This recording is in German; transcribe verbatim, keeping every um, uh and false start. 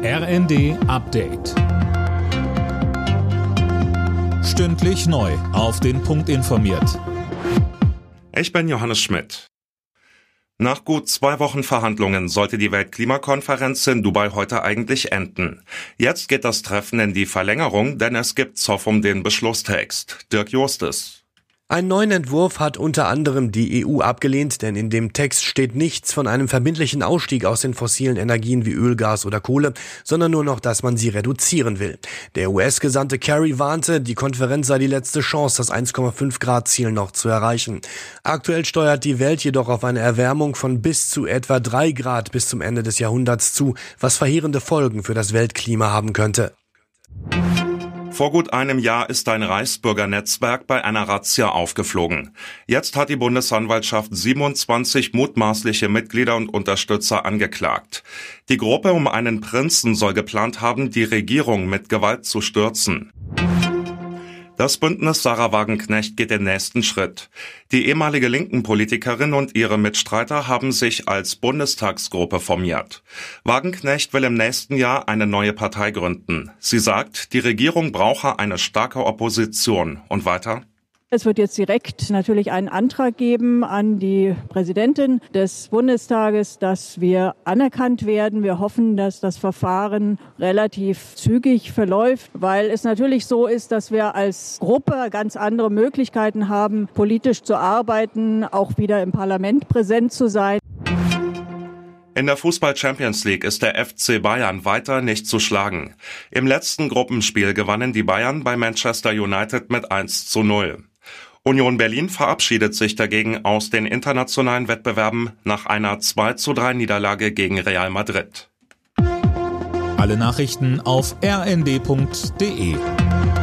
R N D Update. Stündlich neu auf den Punkt informiert. Ich bin Johannes Schmidt. Nach gut zwei Wochen Verhandlungen sollte die Weltklimakonferenz in Dubai heute eigentlich enden. Jetzt geht das Treffen in die Verlängerung, denn es gibt Zoff um den Beschlusstext. Dirk Justes. Einen neuen Entwurf hat unter anderem die E U abgelehnt, denn in dem Text steht nichts von einem verbindlichen Ausstieg aus den fossilen Energien wie Öl, Gas oder Kohle, sondern nur noch, dass man sie reduzieren will. Der U S-Gesandte Kerry warnte, die Konferenz sei die letzte Chance, das eins Komma fünf Grad Ziel noch zu erreichen. Aktuell steuert die Welt jedoch auf eine Erwärmung von bis zu etwa drei Grad bis zum Ende des Jahrhunderts zu, was verheerende Folgen für das Weltklima haben könnte. Vor gut einem Jahr ist ein Reichsbürgernetzwerk bei einer Razzia aufgeflogen. Jetzt hat die Bundesanwaltschaft siebenundzwanzig mutmaßliche Mitglieder und Unterstützer angeklagt. Die Gruppe um einen Prinzen soll geplant haben, die Regierung mit Gewalt zu stürzen. Das Bündnis Sahra Wagenknecht geht den nächsten Schritt. Die ehemalige linken Politikerin und ihre Mitstreiter haben sich als Bundestagsgruppe formiert. Wagenknecht will im nächsten Jahr eine neue Partei gründen. Sie sagt, die Regierung brauche eine starke Opposition. Und weiter? Es wird jetzt direkt natürlich einen Antrag geben an die Präsidentin des Bundestages, dass wir anerkannt werden. Wir hoffen, dass das Verfahren relativ zügig verläuft, weil es natürlich so ist, dass wir als Gruppe ganz andere Möglichkeiten haben, politisch zu arbeiten, auch wieder im Parlament präsent zu sein. In der Fußball-Champions League ist der F C Bayern weiter nicht zu schlagen. Im letzten Gruppenspiel gewannen die Bayern bei Manchester United mit eins zu null. Union Berlin verabschiedet sich dagegen aus den internationalen Wettbewerben nach einer zwei zu drei Niederlage gegen Real Madrid. Alle Nachrichten auf r n d punkt d e.